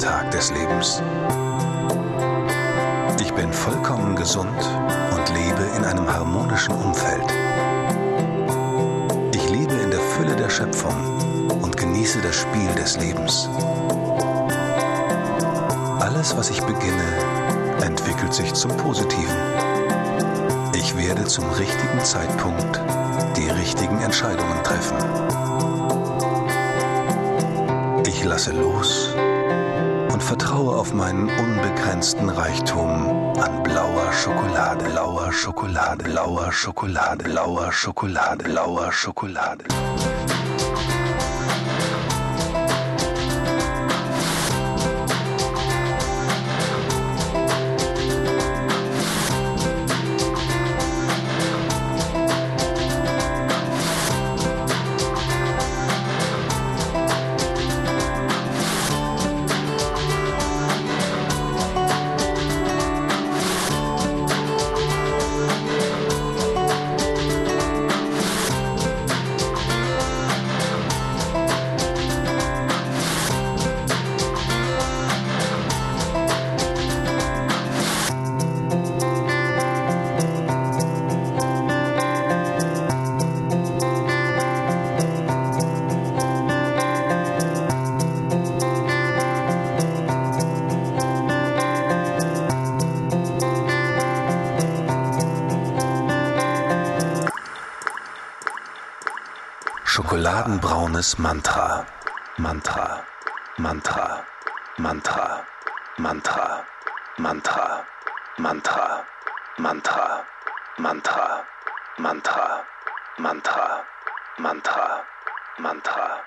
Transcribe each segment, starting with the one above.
Tag des Lebens. Ich bin vollkommen gesund und lebe in einem harmonischen Umfeld. Ich lebe in der Fülle der Schöpfung und genieße das Spiel des Lebens. Alles, was ich beginne, entwickelt sich zum Positiven. Ich werde zum richtigen Zeitpunkt die richtigen Entscheidungen treffen. Ich lasse los und vertraue auf meinen unbegrenzten Reichtum an blauer Schokolade, blauer Schokolade, blauer Schokolade, blauer Schokolade, blauer Schokolade. Schokoladenbraunes Mantra, Mantra, Mantra, Mantra, Mantra, Mantra, Mantra, Mantra, Mantra, Mantra, Mantra, Mantra, Mantra.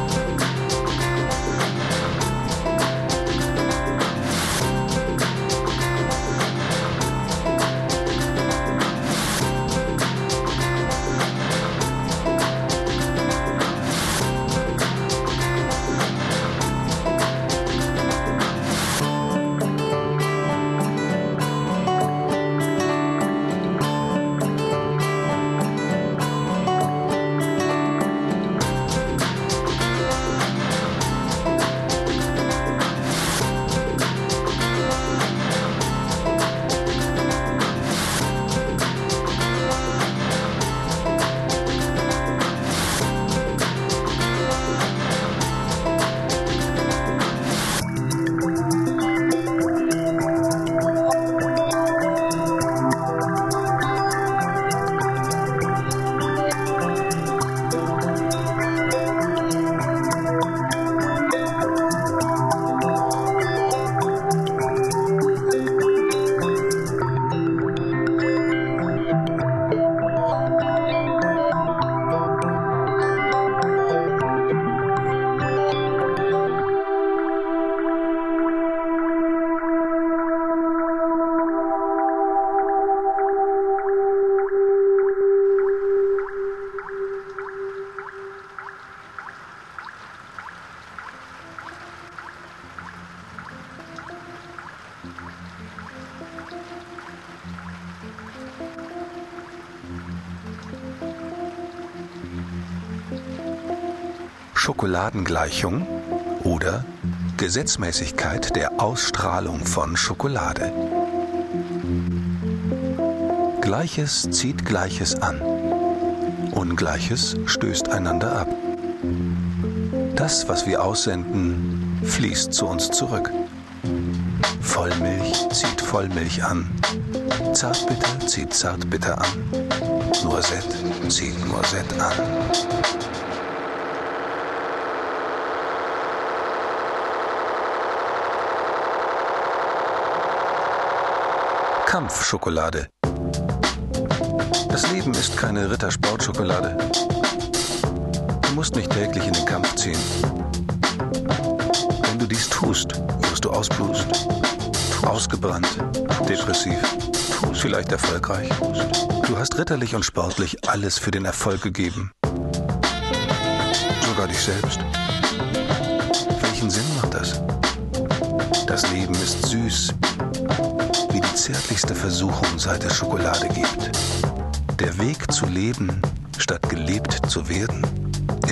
Schokoladengleichung oder Gesetzmäßigkeit der Ausstrahlung von Schokolade. Gleiches zieht Gleiches an. Ungleiches stößt einander ab. Das, was wir aussenden, fließt zu uns zurück. Vollmilch zieht Vollmilch an. Zartbitter zieht Zartbitter an. Noisette zieht Noisette an. Kampfschokolade. Das Leben ist keine Rittersportschokolade. Du musst nicht täglich in den Kampf ziehen. Wenn du dies tust, wirst du ausblust, ausgebrannt, depressiv, vielleicht erfolgreich. Du hast ritterlich und sportlich alles für den Erfolg gegeben. Sogar dich selbst. Welchen Sinn macht das? Das Leben ist süß, wie die zärtlichste Versuchung, seit es Schokolade gibt. Der Weg zu leben, statt gelebt zu werden,